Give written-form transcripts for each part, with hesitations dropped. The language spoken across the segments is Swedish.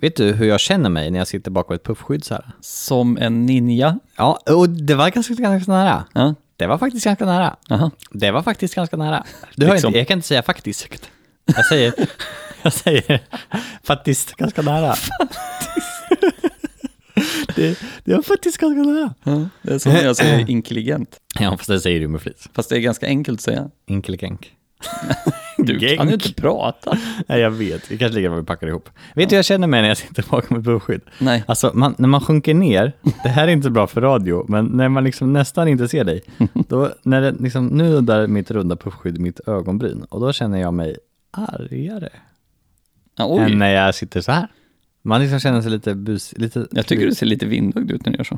Vet du hur jag känner mig när jag sitter bakom ett puffskydd så här? Som en ninja. Ja, och det var ganska nära. Ja. Det var faktiskt ganska nära. Aha. Det var faktiskt ganska nära. Du hör Liksom. inte, jag kan inte säga faktiskt. Jag säger faktiskt ganska nära. Det var faktiskt ganska nära. Ja, det är som när jag säger intelligent. Ja, fast det säger du med flit. Fast det är ganska enkelt att säga. Inkelgänk. Du kan ju inte prata. Nej, jag vet. Det kanske ligger när vi packar ihop. Vet du hur jag känner mig när jag sitter bakom ett puffskydd? Nej. Alltså, när man sjunker ner, det här är inte bra för radio, men när man liksom nästan inte ser dig, då, när det liksom, nu där mitt runda puffskydd mitt ögonbryn, och då känner jag mig argare än när jag sitter så här. Man liksom känner sig lite lite. Jag tycker du ser lite vindögd ut när du gör så.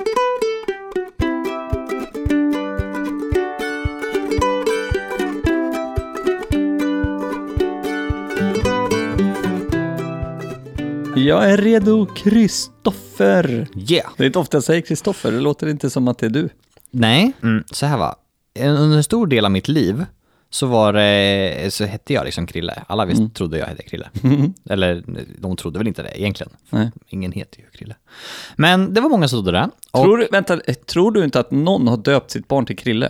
Jag är redo, Kristoffer. Yeah. Det är inte ofta jag säger Kristoffer, det låter inte som att det är du. Nej, så här va. Under en stor del av mitt liv så hette jag liksom Krille. Alla visst trodde jag hette Krille. Eller de trodde väl inte det egentligen. Nej. Ingen heter ju Krille. Men det var många som trodde det. Tror du inte att någon har döpt sitt barn till Krille?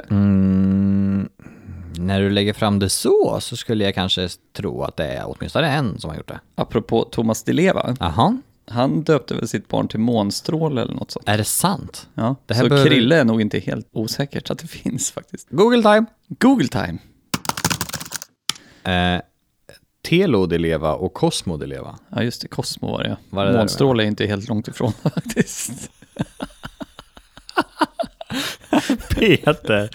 När du lägger fram det så skulle jag kanske tro att det är åtminstone en som har gjort det. Apropå Thomas Di Leva. Jaha. Han döpte väl sitt barn till Månstråle eller något sånt. Är det sant? Ja, det här så Krille är nog inte helt osäkert att det finns faktiskt. Google time. Google time. Telo Di Leva och Cosmo Di Leva. Ja just det, Cosmo var det. Var det Månstråle är inte helt långt ifrån faktiskt. Peter,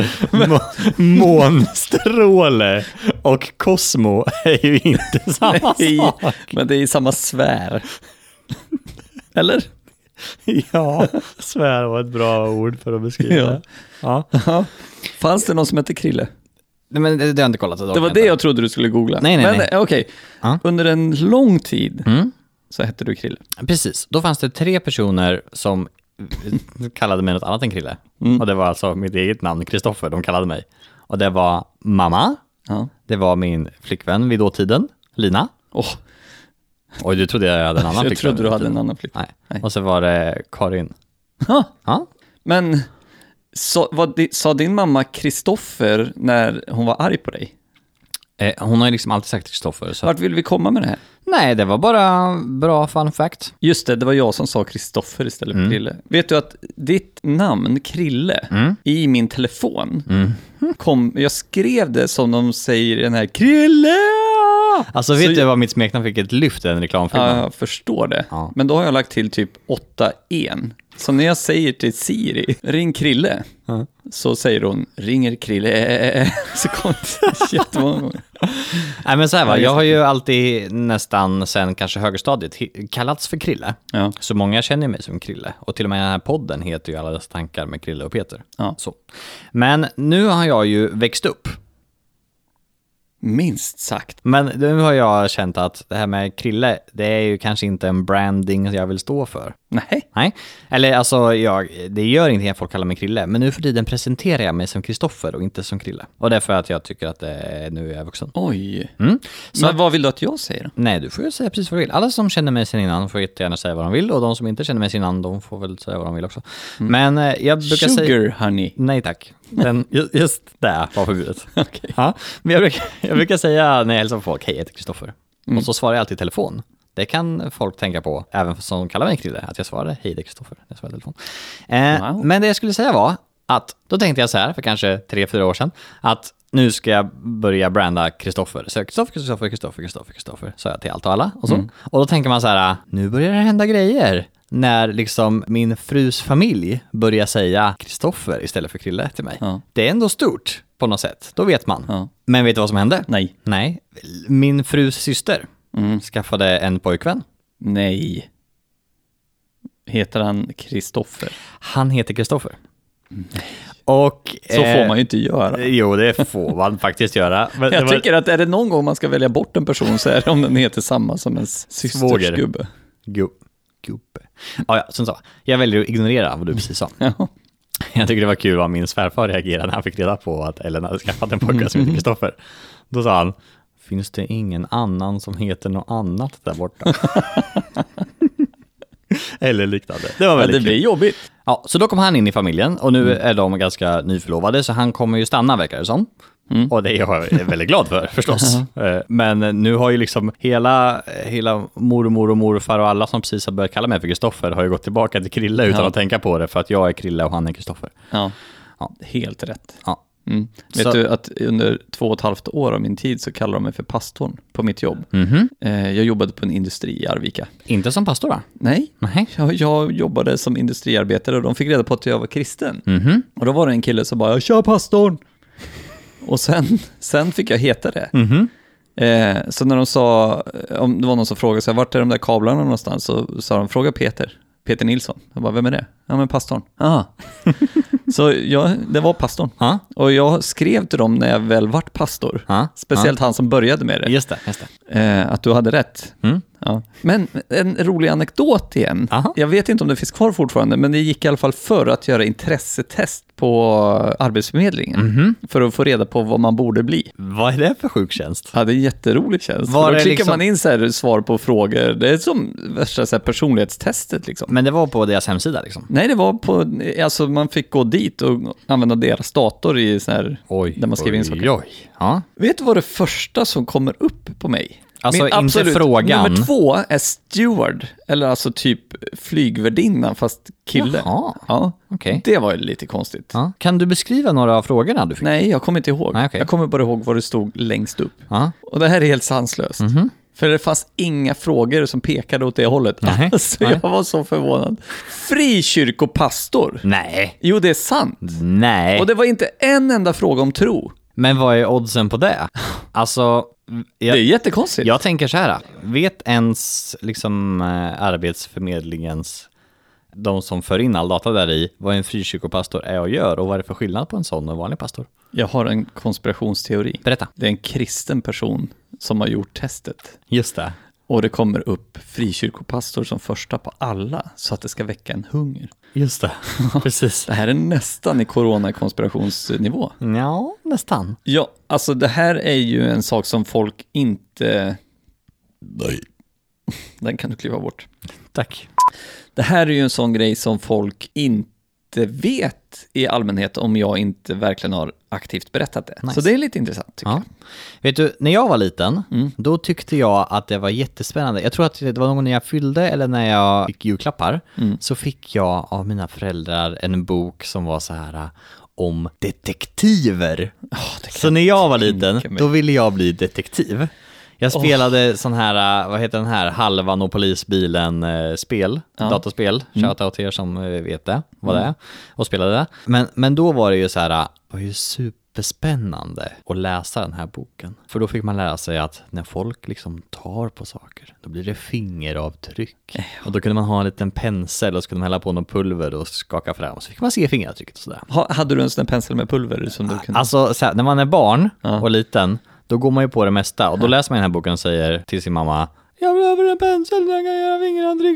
Månstråle och Cosmo är ju inte samma sak. Men det är i samma sfär. Eller? Ja, svär var ett bra ord för att beskriva det. Ja. Fanns det någon som hette Krille? Nej, men det har jag inte kollat. Det var det jag trodde du skulle googla. Nej. Okej. Ja. Under en lång tid så hette du Krille. Precis, då fanns det 3 personer som kallade mig något annat än Krille. Och det var alltså mitt eget namn, Kristoffer, de kallade mig. Och det var mamma, det var min flickvän vid dåtiden, Lina. Oj, du trodde jag hade en annan flickvän. Jag trodde du hade en annan flickvän. Nej. Och så var det Karin. Ja. Men sa din mamma Kristoffer när hon var arg på dig? Hon har ju liksom alltid sagt Kristoffer. Vart vill vi komma med det här? Nej, det var bara bra fun fact. Just det var jag som sa Kristoffer istället för Krille. Vet du att ditt namn, Krille, i min telefon jag skrev det som de säger i den här Krille! Alltså vet du vad mitt smeknamn fick ett lyft i den reklamfilmen? Ja, jag förstår det. Ja. Men då har jag lagt till typ 8-1. Så när jag säger till Siri, ring Krille, så säger hon, ringer Krille. Så kommer det jättemånga gånger. Nej men så här va, jag har ju alltid nästan sen kanske högstadiet kallats för Krille. Ja. Så många känner mig som Krille. Och till och med den här podden heter ju Alla dessa tankar med Krille och Peter. Ja. Så. Men nu har jag ju växt upp. Minst sagt. Men nu har jag känt att det här med Krille, det är ju kanske inte en branding jag vill stå för. Nej. Eller alltså, det gör ingenting att folk kallar mig Krille. Men nu för tiden presenterar jag mig som Kristoffer och inte som Krille. Och det är för att jag tycker att nu är jag vuxen. Oj. Så, men vad vill du att jag säger då? Nej, du får ju säga precis vad du vill. Alla som känner mig sen innan får jättegärna säga vad de vill. Och de som inte känner mig sen innan, de får väl säga vad de vill också. Men jag brukar säga... Sugar, honey. Nej tack. Just det var förbjudet. Okay. Ja, men jag brukar säga när jag hälsar på folk, hej jag heter Kristoffer. Och så svarar jag alltid i telefon. Det kan folk tänka på, även som kallar mig Krille, att jag svarade, hej det är Kristoffer. Jag svarade i telefon. Men det jag skulle säga var att, då tänkte jag så här för kanske 3-4 år sedan, att nu ska jag börja branda Kristoffer. Så Kristoffer, sa jag till allt och alla. Och, så. Och då tänker man så här, nu börjar det hända grejer. När liksom min frus familj börjar säga Kristoffer istället för Krille till mig. Ja. Det är ändå stort på något sätt. Då vet man. Ja. Men vet du vad som hände? Nej. Min frus syster skaffade en pojkvän. Nej. Heter han Kristoffer? Han heter Kristoffer. Och, så får man ju inte göra. Jo, det får man faktiskt göra. Men jag tycker att är det någon gång man ska välja bort en person så är det om den heter samma som ens systers gubbe. Gubbe. Ja, som så. Jag väljer att ignorera vad du precis sa. Ja. Jag tycker det var kul vad min svärfar reagerade när han fick reda på att Ellen hade skaffat en pojke som heter Kristoffer. Då sa han, finns det ingen annan som heter något annat där borta? Eller liknande. Det var väldigt det blir jobbigt. Ja, så då kom han in i familjen och nu är de ganska nyförlovade, så han kommer ju stanna, verkar det som. Och det är jag väldigt glad för, förstås. Men nu har ju liksom hela mormor och morfar och alla som precis har börjat kalla mig för Kristoffer har ju gått tillbaka till Krille utan att tänka på det, för att jag är Krille och han är Kristoffer. Ja, helt rätt. Ja. Vet du att under 2,5 år av min tid så kallar de mig för pastorn på mitt jobb. Jag jobbade på en industri i Arvika. Inte som pastor, va? Nej. Jag jobbade som industriarbetare och de fick reda på att jag var kristen. Och då var det en kille som bara, "Tja pastorn!" Och sen fick jag heta det. Så när de sa, om det var någon som frågade sig, vart är de där kablarna någonstans? Så sa de, fråga Peter Nilsson. Jag bara, vem är det? Ja, men pastorn. Så det var pastorn. Och jag skrev till dem när jag väl vart pastor. Speciellt han som började med det. Just det. Att du hade rätt. Ja. Men en rolig anekdot igen. Jag vet inte om det finns kvar fortfarande, men det gick i alla fall för att göra intressetest på Arbetsförmedlingen. För att få reda på vad man borde bli. Vad är det för sjuktjänst? Ja, det är en jätterolig tjänst. Då klickar man in så här svar på frågor. Det är som värsta så här personlighetstestet liksom. Men det var på deras hemsida liksom? Nej, det var på, alltså man fick gå dit och använda deras dator i så här, där man skriver in saker. Ja. Vet du vad det första som kommer upp på mig? Alltså inte frågan. Nummer 2 är steward, eller alltså typ flygvärdinna fast kille. Jaha. Ja, okej. Det var ju lite konstigt. Ja. Kan du beskriva några av frågorna du fick? Nej, jag kommer inte ihåg. Nej, okay. Jag kommer bara ihåg vad det stod längst upp. Ja. Och det här är helt sanslöst. För det fanns inga frågor som pekade åt det hållet. Nej. Så jag var så förvånad. Frikyrkopastor. Nej. Jo, det är sant. Nej. Och det var inte en enda fråga om tro. Men vad är oddsen på det? Alltså... det är jättekonstigt. Jag tänker så här. Vet ens liksom Arbetsförmedlingens, de som för in all data där i, vad en frikyrkopastor är och gör, och vad är det för skillnad på en sån och en vanlig pastor? Jag har en konspirationsteori. Berätta. Det är en kristen person som har gjort testet. Just det. Och det kommer upp frikyrkopastor som första på alla, så att det ska väcka en hunger. Just det, precis. Det här är nästan i coronakonspirationsnivå. Ja, nästan. Ja, alltså det här är ju en sak som folk inte... Nej. Den kan du kliva bort. Tack. Det här är ju en sån grej som folk inte vet i allmänhet, om jag inte verkligen har aktivt berättat det. Nice. Så det är lite intressant tycker jag. Vet du, när jag var liten, då tyckte jag att det var jättespännande. Jag tror att det var någon när jag fyllde eller när jag fick julklappar, så fick jag av mina föräldrar en bok som var så här om detektiver. Så när jag var liten, då ville jag bli detektiv. Jag spelade sån här, vad heter den här, Halvan och polisbilen spel, dataspel, shoutout till er som vet det, vad det är, och spelade det. Men då var det ju så här, det var ju superspännande att läsa den här boken. För då fick man lära sig att när folk liksom tar på saker, då blir det fingeravtryck. Och då kunde man ha en liten pensel och så kunde man hälla på någon pulver och skaka fram, och så fick man se fingeravtrycket och sådär. Hade du en sån pensel med pulver som du kunde... Alltså, så här, när man är barn och liten, då går man ju på det mesta. Och då läser man den här boken och säger till sin mamma, jag behöver en pensel, jag kan göra fingeravtryck.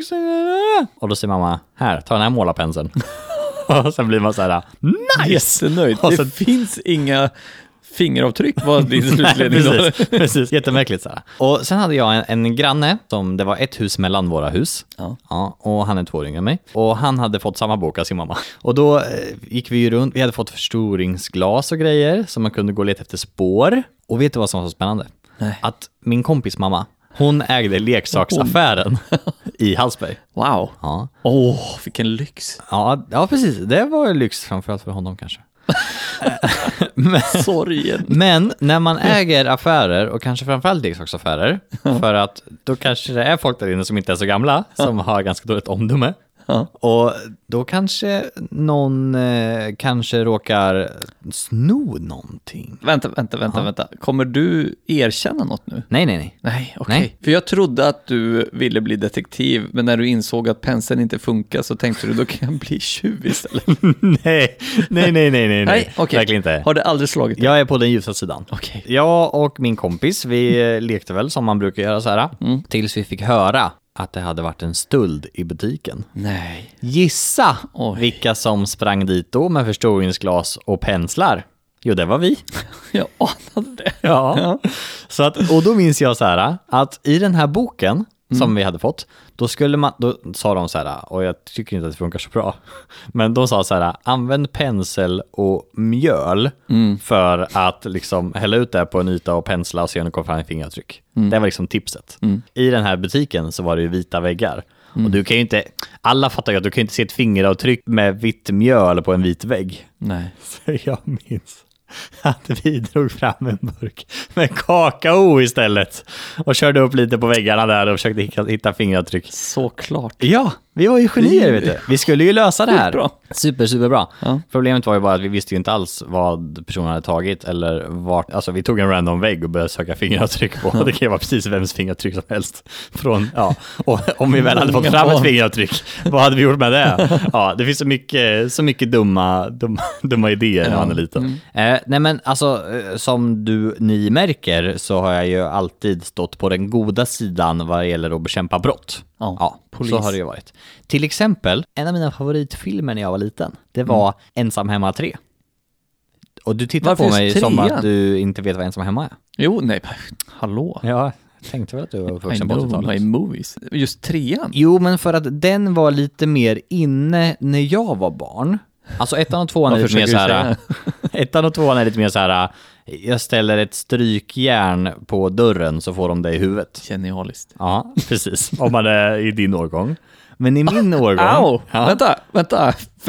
Och då säger mamma, här, ta den här målarpenseln. Och sen blir man så här, nice! Jättenöjd. Och det finns inga fingeravtryck, vad blir slutledning då? Precis, jättemärkligt så här. Och sen hade jag en granne, som det var ett hus mellan våra hus. Ja, och han är 2 år yngre än mig. Och han hade fått samma bok av sin mamma. Och då gick vi ju runt, vi hade fått förstoringsglas och grejer, så man kunde gå och leta efter spår. Och vet du vad som var så spännande? Nej. Att min kompis mamma, hon ägde leksaksaffären i Hallsberg. Wow. Ja. Vilken lyx. Ja, precis. Det var lyx framförallt för honom kanske. Sorgen. Men när man äger affärer, och kanske framförallt leksaksaffärer, för att då kanske det är folk där inne som inte är så gamla, som har ganska dåligt omdöme. Och då kanske någon kanske råkar sno någonting. Vänta. Kommer du erkänna något nu? Nej. Nej, okej. För jag trodde att du ville bli detektiv, men när du insåg att penseln inte funkar så tänkte du, då kan jag bli tjuv istället. Nej. Okay. Verkligen inte. Har det aldrig slagit dig? Jag är på den ljusa sidan. Okay. Jag och min kompis, vi lekte väl som man brukar göra så här, tills vi fick höra att det hade varit en stöld i butiken. Nej. Gissa vilka som sprang dit då med förstoringsglas och penslar. Jo, det var vi. Jag anade det. Ja. Så att, och då minns jag så här, att i den här boken som vi hade fått, då sa de så här, och jag tycker inte att det funkar så bra, men de sa så här, använd pensel och mjöl för att liksom hälla ut det på en yta och pensla och se om det kommer fram en fingeravtryck. Det var liksom tipset. I den här butiken så var det ju vita väggar. Och du kan ju inte, alla fattar ju att du kan inte se ett fingeravtryck med vitt mjöl på en vit vägg. Nej. Så jag minns att vi drog fram en burk med kakao istället och körde upp lite på väggarna där och försökte hitta fingeravtryck. Såklart. Ja, vi var ju genier, vet du. Vi skulle ju lösa det här. Superbra. Ja. Problemet var ju bara att vi visste ju inte alls vad personen hade tagit eller vart. Alltså vi tog en random vägg och började söka fingeravtryck på. Det kan ju vara precis vems fingeravtryck som helst. Och om vi väl hade fått fram ett fingeravtryck, vad hade vi gjort med det? Ja, det finns så mycket dumma idéer när man är liten. Nej men alltså, som ni märker så har jag ju alltid stått på den goda sidan vad det gäller att bekämpa brott. Ja, så har det ju varit. Till exempel, en av mina favoritfilmer när jag var liten, det var Ensam hemma 3. Och du tittar på mig som att du inte vet vad Ensam hemma är. Jo, nej, hallå. Ja, jag tänkte väl att du var uppvuxen på 80-talet. My movies. Just 3:an. Jo, men för att den var lite mer inne när jag var barn. Alltså 1:an och 2:an är lite mer så här. 1:an och 2:an är lite mer så här. Jag ställer ett strykjärn på dörren så får de det i huvudet. Genialiskt. Ja, precis. Om man är i din årgång. Men i min årgång... Vänta.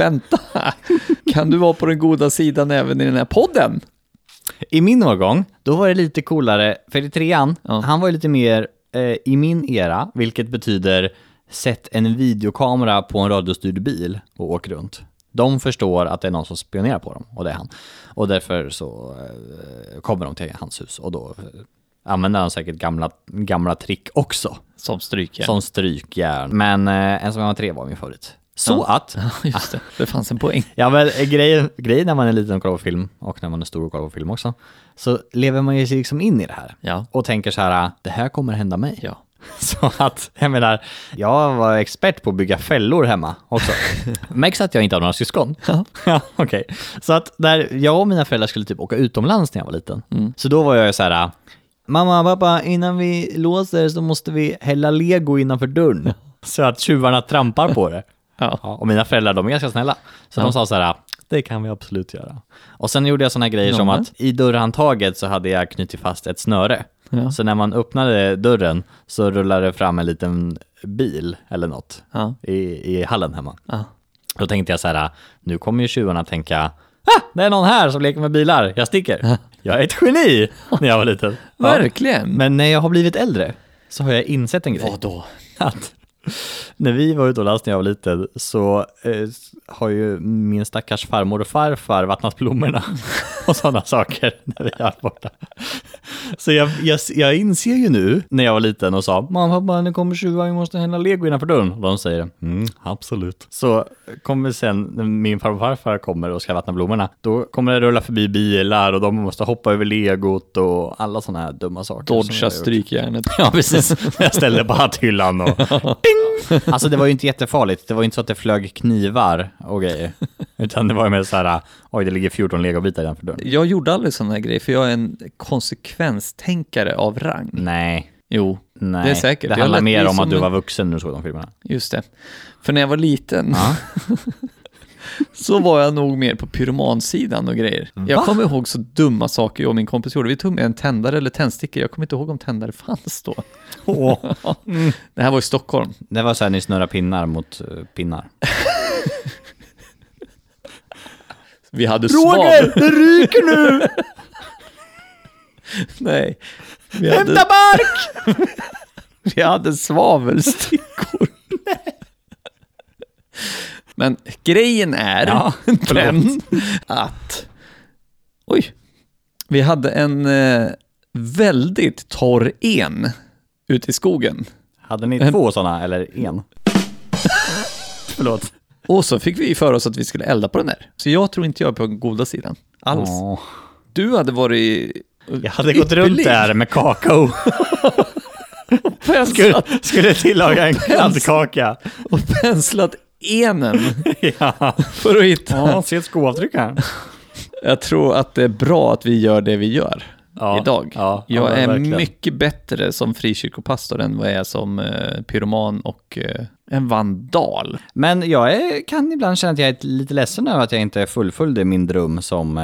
Kan du vara på den goda sidan även i den här podden? I min årgång, då var det lite coolare. För i 3:an, han var ju lite mer i min era, vilket betyder sätt en videokamera på en radiostyrd bil och åk runt. De förstår att det är någon som spionerar på dem, och det är han. Och därför så kommer de till hans hus, och då använder han säkert gamla trick också. Som strykjärn. Som strykjärn. Men Ensam hemma 3 var min favorit. Så att... Ja, just det. Det fanns en poäng. Ja, men grejen när man är liten och kollar på film, och när man är stor och kollar på film också, så lever man ju sig liksom in i det här. Ja. Och tänker så här, det här kommer hända mig. Ja. Så att, jag menar, jag var expert på att bygga fällor hemma också. Märks att jag inte har några syskon. Ja, okej. Så att där jag och mina föräldrar skulle typ åka utomlands när jag var liten. Så då var jag så här, mamma, pappa, innan vi låser så måste vi hälla Lego innanför dörren. Så att tjuvarna trampar på det. Ja, och mina föräldrar, de är ganska snälla. Så de sa så här, det kan vi absolut göra. Och sen gjorde jag såna grejer som att i dörrhandtaget så hade jag knutit fast ett snöre. Ja. Så när man öppnade dörren så rullade det fram en liten bil eller något i hallen hemma. Ja. Då tänkte jag så här, nu kommer ju tjuvarna tänka, det är någon här som leker med bilar, jag sticker. Ja. Jag är ett geni när jag var liten. Verkligen. Men när jag har blivit äldre så har jag insett en grej. Vad då? Att när vi var utomlands när jag var liten så har ju min stackars farmor och farfar vattnat blommorna och sådana saker när vi är borta. Så jag inser ju nu när jag var liten och sa, mamma, nu kommer tjuvar, vi måste hälla Lego innanför dörren. Och de säger, absolut. Så kommer sen när min farmor och farfar kommer och ska vattna blommorna, då kommer det rulla förbi bilar och de måste hoppa över legot och alla sådana här dumma saker. Dodga strykjärnet. Ja, precis. Jag ställde på hatthyllan och ding! Alltså det var ju inte jättefarligt. Det var inte så att det flög knivar och grejer. Utan det var ju mer så här, oj, det ligger 14 legobitar innanför dörren. Jag gjorde aldrig sådana här grejer, för jag är en konsekvenstänkare av rang. Nej. Jo, nej. Det är säkert. Det handlar mer om att du var vuxen när du såg de filmerna. Just det. För när jag var liten så var jag nog mer på pyromansidan och grejer. Va? Jag kommer ihåg så dumma saker jag och min kompis gjorde. Vi tog med en tändare eller tändstickor. Jag kommer inte ihåg om tändare fanns då. Det här var i Stockholm. Det var så här, ni snurrar pinnar mot pinnar. Vi hade Roger, det ryker nu! Nej. Hämta bark! Vi hade svavelstickor. Men grejen är den att vi hade en väldigt torr en ute i skogen. Hade ni 2 sådana eller en? Förlåt. Och så fick vi för oss att vi skulle elda på den där. Så jag tror inte jag är på goda sidan alls. Du hade varit... Jag hade gått runt där med kakao. skulle tillaga en kladdkaka. Och penslat enen. För att hitta... Ja, se ett skoavtryck här. Jag tror att det är bra att vi gör det vi gör. idag. Ja, jag är verkligen. mycket bättre som frikyrkopastor än vad jag är som pyroman och en vandal. Men jag kan ibland känna att jag är lite ledsen över att jag inte fullföljde min dröm som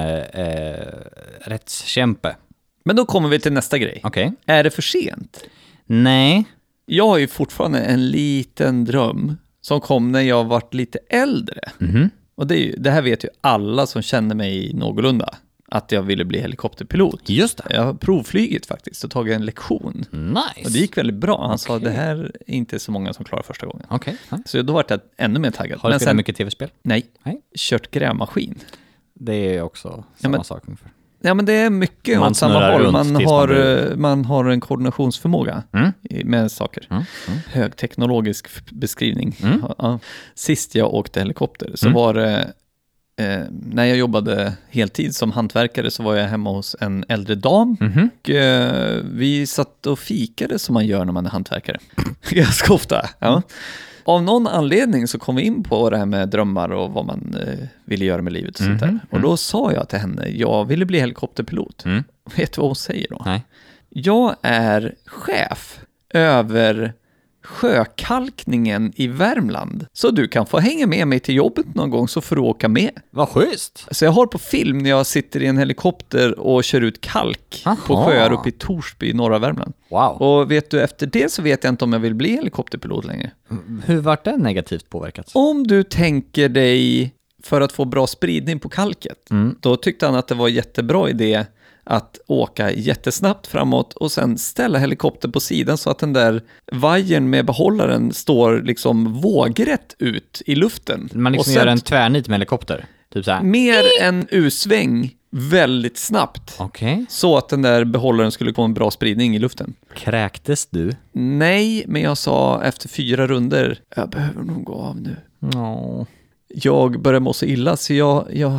rättskämpe. Men då kommer vi till nästa grej. Okej. Är det för sent? Nej. Jag har ju fortfarande en liten dröm som kom när jag varit lite äldre. Mhm. Och det här vet ju alla som känner mig någorlunda. Att jag ville bli helikopterpilot. Just det. Jag har provflygit faktiskt och tagit en lektion. Nice. Och det gick väldigt bra. Han sa, det här är inte så många som klarar första gången. Okej. Så då var jag ännu mer taggad. Har du spelat mycket tv-spel? Nej, Nej. kört grävmaskin. Det är också samma sak ungefär. Ja, men det är mycket Man åt samma snurrar håll. runt Man tills har, man har en koordinationsförmåga med saker. Mm. Högteknologisk beskrivning. Ja. Sist jag åkte helikopter så var det, när jag jobbade heltid som hantverkare så var jag hemma hos en äldre dam. Och vi satt och fikade som man gör när man är hantverkare. Ganska ofta. Ja. Av någon anledning så kom vi in på det här med drömmar och vad man ville göra med livet och sånt där. Och då sa jag till henne, jag ville bli helikopterpilot. Vet du vad hon säger då? Nej. Jag är chef över sjökalkningen i Värmland. Så du kan få hänga med mig till jobbet någon gång så får du åka med. Vad schysst. Så jag har på film när jag sitter i en helikopter och kör ut kalk på sjöar uppe i Torsby i norra Värmland. Wow. Och vet du, efter det så vet jag inte om jag vill bli helikopterpilot längre. Hur vart det negativt påverkat? Om du tänker dig för att få bra spridning på kalket, då tyckte han att det var en jättebra idé att åka jättesnabbt framåt och sen ställa helikoptern på sidan så att den där vajern med behållaren står liksom vågrätt ut i luften. Man liksom och sen gör en tvärnit med helikopter? Typ så här. mer en U-sväng väldigt snabbt. Okej. Så att den där behållaren skulle få en bra spridning i luften. Kräktes du? Nej, men jag sa efter 4 runder, jag behöver nog gå av nu. Ja. Jag började må så illa så jag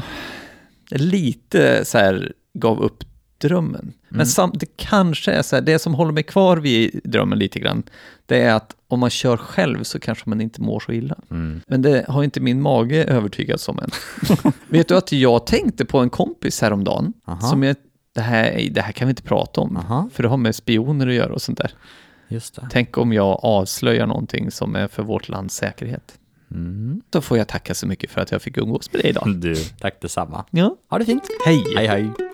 lite så här gav upp drömmen. Men det kanske är så här, det som håller mig kvar vid drömmen lite grann, det är att om man kör själv så kanske man inte mår så illa. Men det har inte min mage övertygats om än. Vet du att jag tänkte på en kompis häromdagen som det här kan vi inte prata om, för det har med spioner att göra och sånt där. Just det. Tänk om jag avslöjar någonting som är för vårt lands säkerhet. Då får jag tacka så mycket för att jag fick umgås med dig idag. Du, tack detsamma. Ja. Ha det fint. Hej. Hej, hej.